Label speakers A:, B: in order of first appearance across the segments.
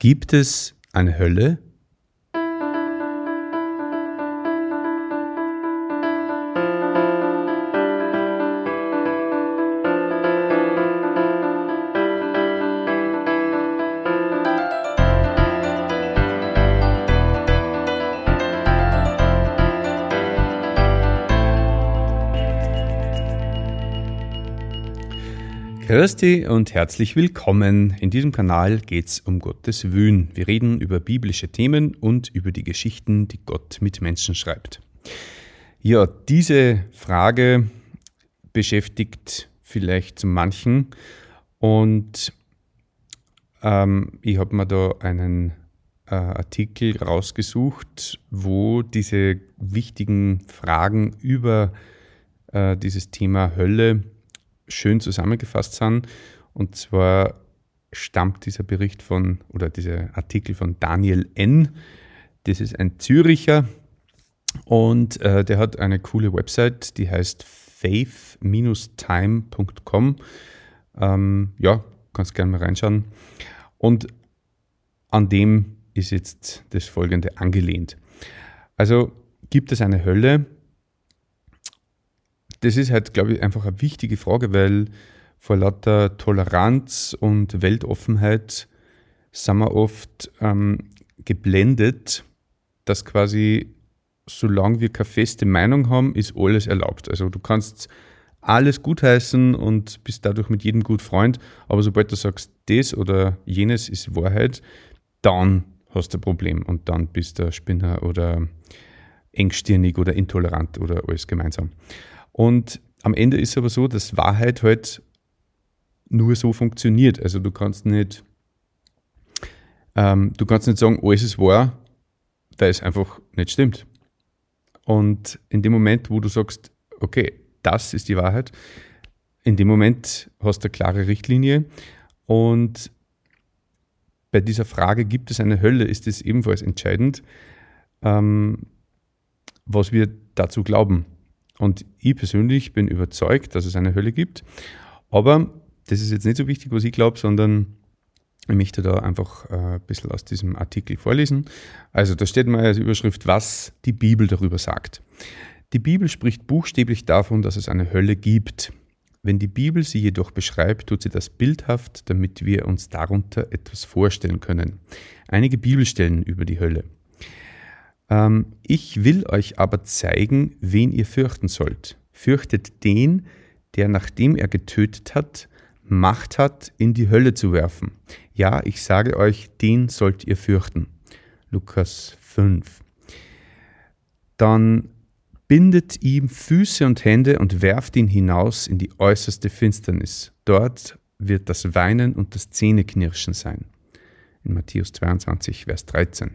A: Gibt es eine Hölle? Grüß dich und herzlich willkommen. In diesem Kanal geht es um Gottes Willen. Wir reden über biblische Themen und über die Geschichten, die Gott mit Menschen schreibt. Ja, diese Frage beschäftigt vielleicht zu manchen und ich habe mir da einen Artikel rausgesucht, wo diese wichtigen Fragen über dieses Thema Hölle schön zusammengefasst sind. Und zwar stammt dieser Artikel von Daniel N. Das ist ein Züricher und der hat eine coole Website, die heißt faith-time.com. Kannst gerne mal reinschauen. Und an dem ist jetzt das Folgende angelehnt. Also gibt es eine Hölle? Das ist halt, glaube ich, einfach eine wichtige Frage, weil vor lauter Toleranz und Weltoffenheit sind wir oft geblendet, dass quasi, solange wir keine feste Meinung haben, ist alles erlaubt. Also du kannst alles gutheißen und bist dadurch mit jedem gut Freund, aber sobald du sagst, das oder jenes ist Wahrheit, dann hast du ein Problem und dann bist du ein Spinner oder engstirnig oder intolerant oder alles gemeinsam. Und am Ende ist es aber so, dass Wahrheit halt nur so funktioniert. Also du kannst nicht sagen, alles ist wahr, weil es einfach nicht stimmt. Und in dem Moment, wo du sagst, okay, das ist die Wahrheit, in dem Moment hast du eine klare Richtlinie. Und bei dieser Frage, gibt es eine Hölle, ist es ebenfalls entscheidend, was wir dazu glauben. Und ich persönlich bin überzeugt, dass es eine Hölle gibt. Aber das ist jetzt nicht so wichtig, was ich glaube, sondern ich möchte da einfach ein bisschen aus diesem Artikel vorlesen. Also da steht mal als Überschrift, was die Bibel darüber sagt. Die Bibel spricht buchstäblich davon, dass es eine Hölle gibt. Wenn die Bibel sie jedoch beschreibt, tut sie das bildhaft, damit wir uns darunter etwas vorstellen können. Einige Bibelstellen über die Hölle. Ich will euch aber zeigen, wen ihr fürchten sollt. Fürchtet den, der, nachdem er getötet hat, Macht hat, in die Hölle zu werfen. Ja, ich sage euch, den sollt ihr fürchten. Lukas 5. Dann bindet ihm Füße und Hände und werft ihn hinaus in die äußerste Finsternis. Dort wird das Weinen und das Zähneknirschen sein. In Matthäus 22, Vers 13.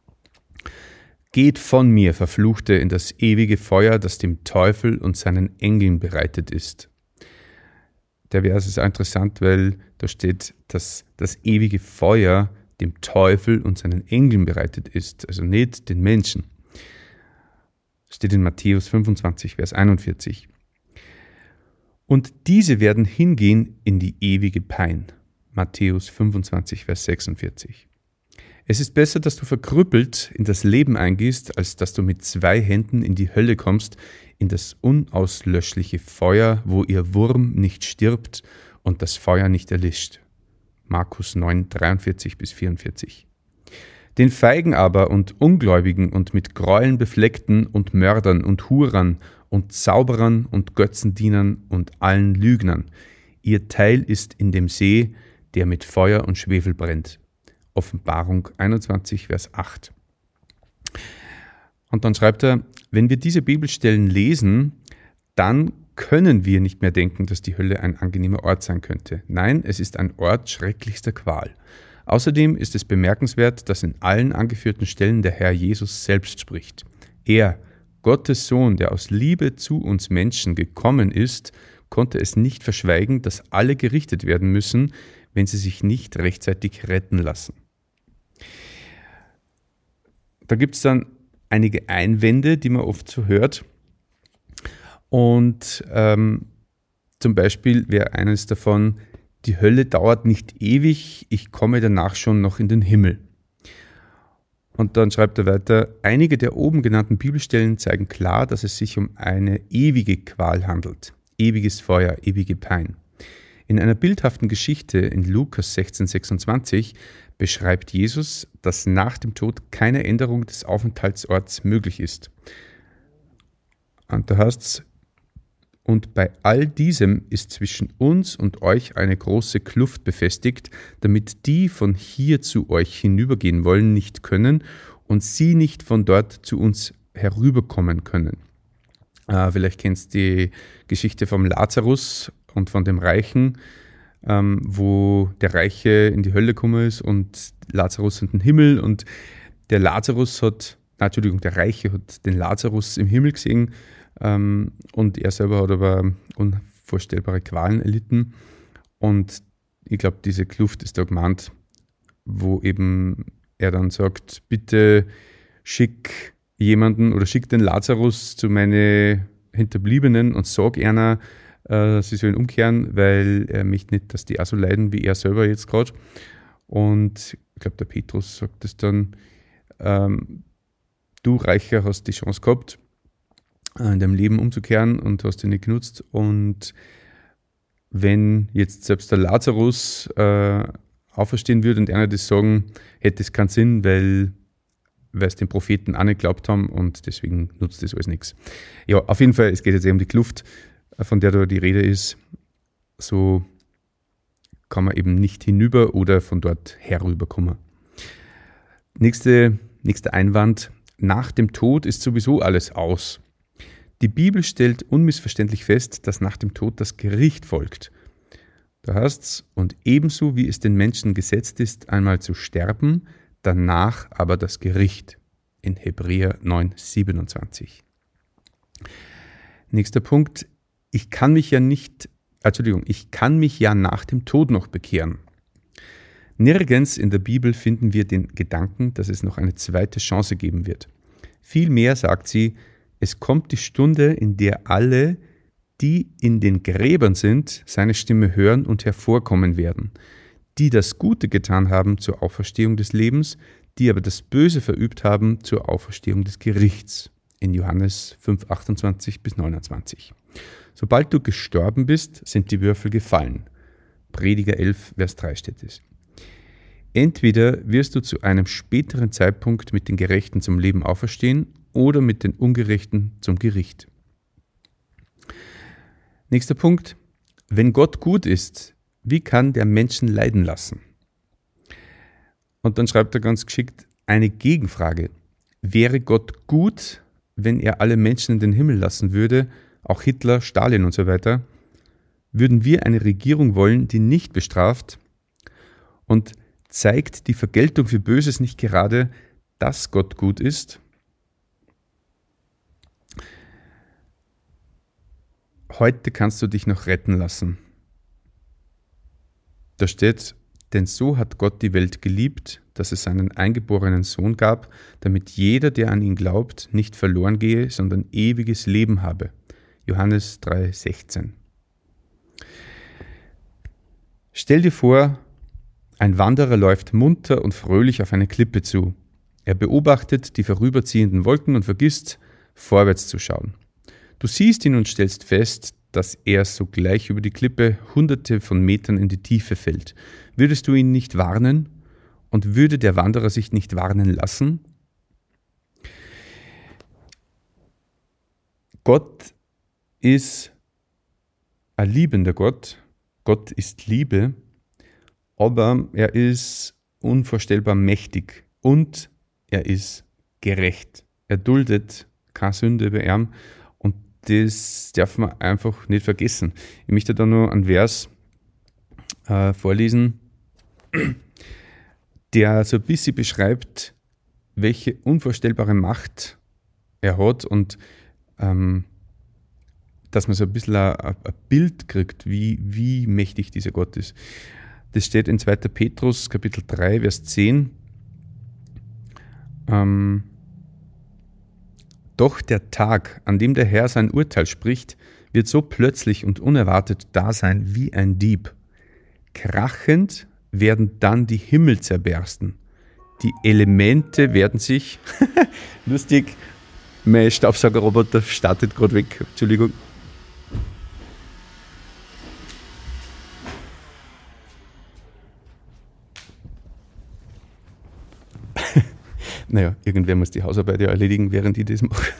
A: Geht von mir, Verfluchte, in das ewige Feuer, das dem Teufel und seinen Engeln bereitet ist. Der Vers ist interessant, weil da steht, dass das ewige Feuer dem Teufel und seinen Engeln bereitet ist, also nicht den Menschen. Das steht in Matthäus 25, Vers 41. Und diese werden hingehen in die ewige Pein. Matthäus 25, Vers 46. Es ist besser, dass du verkrüppelt in das Leben eingehst, als dass du mit 2 Händen in die Hölle kommst, in das unauslöschliche Feuer, wo ihr Wurm nicht stirbt und das Feuer nicht erlischt. Markus 9, 43-44. Den Feigen aber und Ungläubigen und mit Gräueln befleckten und Mördern und Hurern und Zauberern und Götzendienern und allen Lügnern, ihr Teil ist in dem See, der mit Feuer und Schwefel brennt. Offenbarung 21, Vers 8. Und dann schreibt er, wenn wir diese Bibelstellen lesen, dann können wir nicht mehr denken, dass die Hölle ein angenehmer Ort sein könnte. Nein, es ist ein Ort schrecklichster Qual. Außerdem ist es bemerkenswert, dass in allen angeführten Stellen der Herr Jesus selbst spricht. Er, Gottes Sohn, der aus Liebe zu uns Menschen gekommen ist, konnte es nicht verschweigen, dass alle gerichtet werden müssen, wenn sie sich nicht rechtzeitig retten lassen. Da gibt es dann einige Einwände, die man oft so hört. Und zum Beispiel wäre eines davon, die Hölle dauert nicht ewig, ich komme danach schon noch in den Himmel. Und dann schreibt er weiter, einige der oben genannten Bibelstellen zeigen klar, dass es sich um eine ewige Qual handelt. Ewiges Feuer, ewige Pein. In einer bildhaften Geschichte in Lukas 16,26 beschreibt Jesus, dass nach dem Tod keine Änderung des Aufenthaltsorts möglich ist. Und da heißt es, und bei all diesem ist zwischen uns und euch eine große Kluft befestigt, damit die von hier zu euch hinübergehen wollen, nicht können und sie nicht von dort zu uns herüberkommen können. Vielleicht kennst du die Geschichte vom Lazarus und von dem Reichen, wo der Reiche in die Hölle gekommen ist und Lazarus in den Himmel. Und der Reiche hat den Lazarus im Himmel gesehen, und er selber hat aber unvorstellbare Qualen erlitten. Und ich glaube, diese Kluft ist da gemeint, wo eben er dann sagt, bitte schick jemanden oder schick den Lazarus zu meinen Hinterbliebenen und sag einer, sie sollen umkehren, weil er möchte nicht, dass die auch so leiden wie er selber jetzt gerade. Und ich glaube, der Petrus sagt es dann, du Reicher hast die Chance gehabt, in deinem Leben umzukehren und hast ihn nicht genutzt. Und wenn jetzt selbst der Lazarus auferstehen würde und einer das sagen, hätte es keinen Sinn, weil es den Propheten auch nicht geglaubt haben und deswegen nutzt das alles nichts. Ja, auf jeden Fall, es geht jetzt um die Kluft, von der da die Rede ist. So kann man eben nicht hinüber oder von dort herüberkommen. Nächster Einwand, nach dem Tod ist sowieso alles aus. Die Bibel stellt unmissverständlich fest, dass nach dem Tod das Gericht folgt. Da heißt es, und ebenso wie es den Menschen gesetzt ist, einmal zu sterben, danach aber das Gericht. In Hebräer 9,27. Nächster Punkt, ich kann mich ja nach dem Tod noch bekehren. Nirgends in der Bibel finden wir den Gedanken, dass es noch eine zweite Chance geben wird. Vielmehr sagt sie, es kommt die Stunde, in der alle, die in den Gräbern sind, seine Stimme hören und hervorkommen werden. Die das Gute getan haben zur Auferstehung des Lebens, die aber das Böse verübt haben zur Auferstehung des Gerichts. In Johannes 5,28-29. Sobald du gestorben bist, sind die Würfel gefallen. Prediger 11, Vers 3 steht es. Entweder wirst du zu einem späteren Zeitpunkt mit den Gerechten zum Leben auferstehen oder mit den Ungerechten zum Gericht. Nächster Punkt. Wenn Gott gut ist, wie kann der Menschen leiden lassen? Und dann schreibt er ganz geschickt eine Gegenfrage. Wäre Gott gut, wenn er alle Menschen in den Himmel lassen würde, auch Hitler, Stalin und so weiter? Würden wir eine Regierung wollen, die nicht bestraft? Und zeigt die Vergeltung für Böses nicht gerade, dass Gott gut ist? Heute kannst du dich noch retten lassen. Da steht, denn so hat Gott die Welt geliebt, dass es seinen eingeborenen Sohn gab, damit jeder, der an ihn glaubt, nicht verloren gehe, sondern ewiges Leben habe. Johannes 3,16. Stell dir vor, ein Wanderer läuft munter und fröhlich auf eine Klippe zu. Er beobachtet die vorüberziehenden Wolken und vergisst, vorwärts zu schauen. Du siehst ihn und stellst fest, dass er sogleich über die Klippe hunderte von Metern in die Tiefe fällt. Würdest du ihn nicht warnen? Und würde der Wanderer sich nicht warnen lassen? Gott ist ein liebender Gott. Gott ist Liebe. Aber er ist unvorstellbar mächtig und er ist gerecht. Er duldet keine Sünde bei ihm. Das darf man einfach nicht vergessen. Ich möchte da nur einen Vers vorlesen, der so ein bisschen beschreibt, welche unvorstellbare Macht er hat und dass man so ein bisschen ein Bild kriegt, wie mächtig dieser Gott ist. Das steht in 2. Petrus, Kapitel 3, Vers 10. Doch der Tag, an dem der Herr sein Urteil spricht, wird so plötzlich und unerwartet da sein wie ein Dieb. krachend werden dann die Himmel zerbersten. Die Elemente werden sich, lustig, mein Staubsaugerroboter startet gerade weg, Entschuldigung. Naja, irgendwer muss die Hausarbeit ja erledigen, während ich das mache.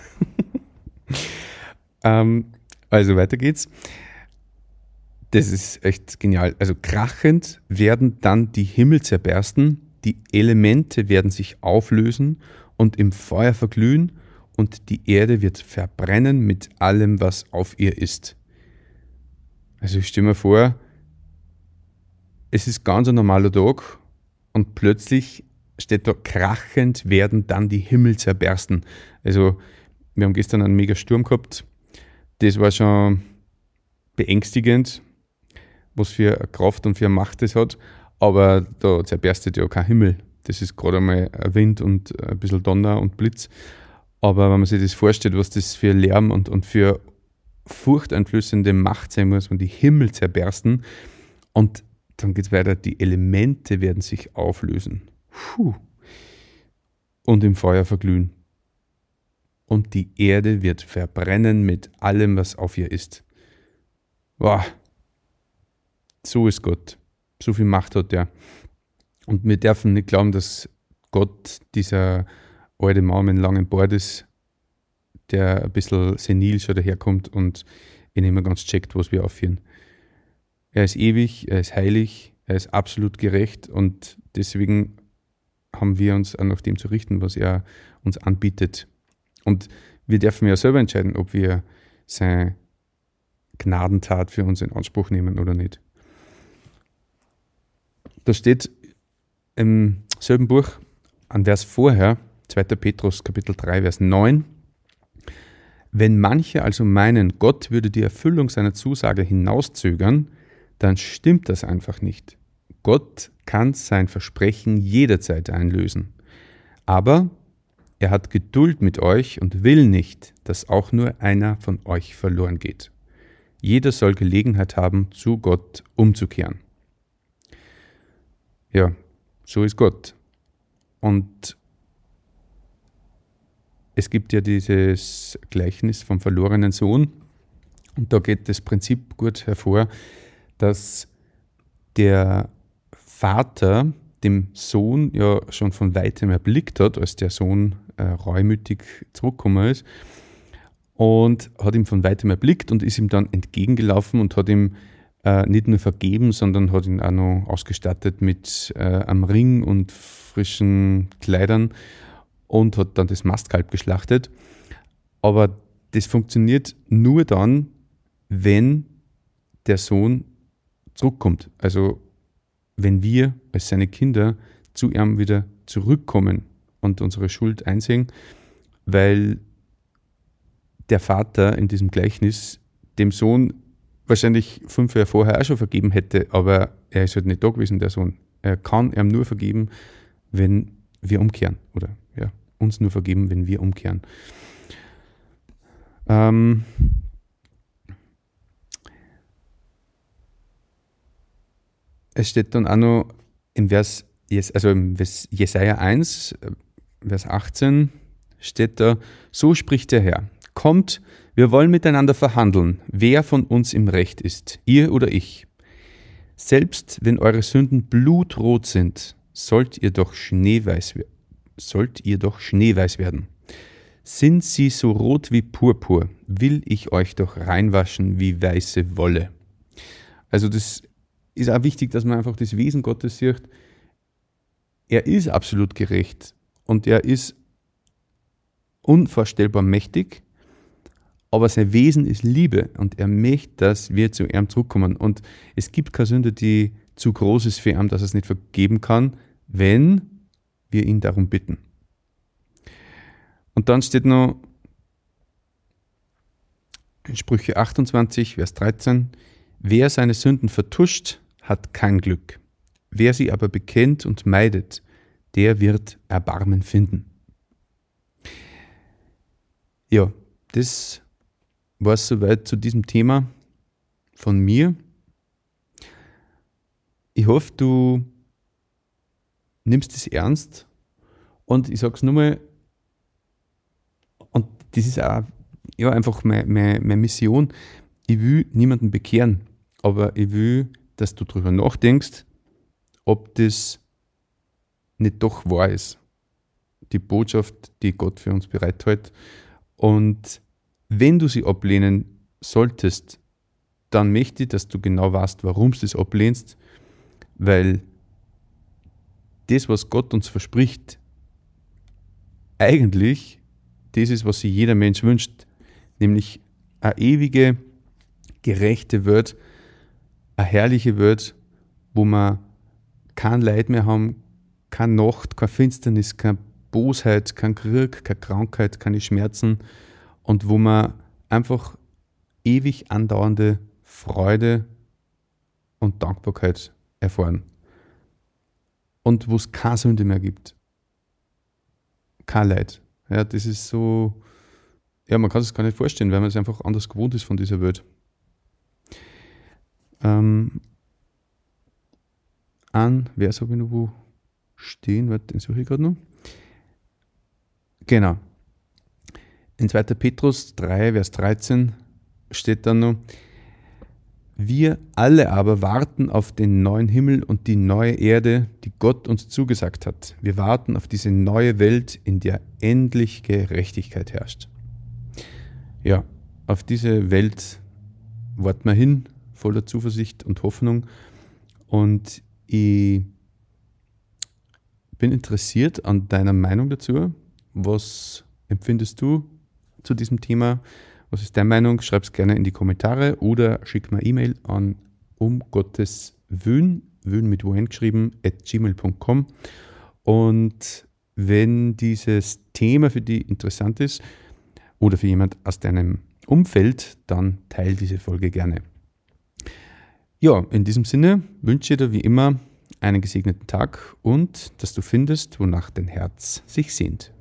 A: Also weiter geht's. Das ist echt genial. Also krachend werden dann die Himmel zerbersten, die Elemente werden sich auflösen und im Feuer verglühen und die Erde wird verbrennen mit allem, was auf ihr ist. Also ich stelle mir vor, es ist ganz ein normaler Tag und plötzlich steht da, krachend werden dann die Himmel zerbersten. Also wir haben gestern einen mega Sturm gehabt. Das war schon beängstigend, was für eine Kraft und für eine Macht das hat. Aber da zerberstet ja kein Himmel. Das ist gerade einmal ein Wind und ein bisschen Donner und Blitz. Aber wenn man sich das vorstellt, was das für Lärm und für furchteinflößende Macht sein muss, wenn die Himmel zerbersten. Und dann geht es weiter, die Elemente werden sich auflösen. Und im Feuer verglühen. Und die Erde wird verbrennen mit allem, was auf ihr ist. Wow. So ist Gott. So viel Macht hat er. Und wir dürfen nicht glauben, dass Gott dieser alte Mann mit einem langen Bart ist, der ein bisschen senil schon daherkommt und ihn nicht mehr ganz checkt, was wir aufführen. Er ist ewig, er ist heilig, er ist absolut gerecht und deswegen haben wir uns auch nach dem zu richten, was er uns anbietet. Und wir dürfen ja selber entscheiden, ob wir seine Gnadentat für uns in Anspruch nehmen oder nicht. Da steht im selben Buch, ein Vers vorher, 2. Petrus, Kapitel 3, Vers 9, wenn manche also meinen, Gott würde die Erfüllung seiner Zusage hinauszögern, dann stimmt das einfach nicht. Gott kann sein Versprechen jederzeit einlösen. Aber er hat Geduld mit euch und will nicht, dass auch nur einer von euch verloren geht. Jeder soll Gelegenheit haben, zu Gott umzukehren. Ja, so ist Gott. Und es gibt ja dieses Gleichnis vom verlorenen Sohn. Und da geht das Prinzip gut hervor, dass der Vater dem Sohn ja schon von weitem erblickt hat, als der Sohn reumütig zurückgekommen ist und hat ihn von weitem erblickt und ist ihm dann entgegengelaufen und hat ihm nicht nur vergeben, sondern hat ihn auch noch ausgestattet mit einem Ring und frischen Kleidern und hat dann das Mastkalb geschlachtet. Aber das funktioniert nur dann, wenn der Sohn zurückkommt. Also wenn wir als seine Kinder zu ihm wieder zurückkommen und unsere Schuld einsehen, weil der Vater in diesem Gleichnis dem Sohn wahrscheinlich 5 Jahre vorher auch schon vergeben hätte, aber er ist halt nicht da gewesen, der Sohn. Er kann ihm nur vergeben, wenn wir umkehren. Oder ja, uns nur vergeben, wenn wir umkehren. Es steht dann auch noch im Vers, also im Jesaja 1, Vers 18, steht da, so spricht der Herr, kommt, wir wollen miteinander verhandeln, wer von uns im Recht ist, ihr oder ich. Selbst wenn eure Sünden blutrot sind, sollt ihr doch schneeweiß werden. Sind sie so rot wie Purpur, will ich euch doch reinwaschen wie weiße Wolle. Also das ist auch wichtig, dass man einfach das Wesen Gottes sieht. Er ist absolut gerecht und er ist unvorstellbar mächtig, aber sein Wesen ist Liebe und er möchte, dass wir zu ihm zurückkommen. Und es gibt keine Sünde, die zu groß ist für ihn, dass er es nicht vergeben kann, wenn wir ihn darum bitten. Und dann steht noch in Sprüche 28, Vers 13, wer seine Sünden vertuscht, hat kein Glück. Wer sie aber bekennt und meidet, der wird Erbarmen finden. Ja, das war es soweit zu diesem Thema von mir. Ich hoffe, du nimmst es ernst und ich sage es nur mal, und das ist auch ja, einfach meine Mission. Ich will niemanden bekehren, aber ich will, dass du darüber nachdenkst, ob das nicht doch wahr ist. Die Botschaft, die Gott für uns bereithält. Und wenn du sie ablehnen solltest, dann möchte ich, dass du genau weißt, warum du es ablehnst, weil das, was Gott uns verspricht, eigentlich das ist, was sich jeder Mensch wünscht, nämlich eine ewige, gerechte Welt, eine herrliche Welt, wo wir kein Leid mehr haben, keine Nacht, keine Finsternis, keine Bosheit, kein Krieg, keine Krankheit, keine Schmerzen und wo wir einfach ewig andauernde Freude und Dankbarkeit erfahren. Und wo es keine Sünde mehr gibt. Kein Leid. Ja, das ist so, ja, man kann es gar nicht vorstellen, weil man es einfach anders gewohnt ist von dieser Welt. Ein Vers habe ich noch wo stehen, warte, den suche ich gerade noch. Genau. In 2. Petrus 3, Vers 13 steht dann noch: Wir alle aber warten auf den neuen Himmel und die neue Erde, die Gott uns zugesagt hat. Wir warten auf diese neue Welt, in der endlich Gerechtigkeit herrscht. Ja, auf diese Welt warten wir hin, voller Zuversicht und Hoffnung. Und ich bin interessiert an deiner Meinung dazu. Was empfindest du zu diesem Thema? Was ist deine Meinung? Schreib es gerne in die Kommentare oder schick mir E-Mail an Wün mit UN geschrieben, @gmail.com. Und wenn dieses Thema für dich interessant ist oder für jemand aus deinem Umfeld, dann teile diese Folge gerne. Ja, in diesem Sinne wünsche ich dir wie immer einen gesegneten Tag und dass du findest, wonach dein Herz sich sehnt.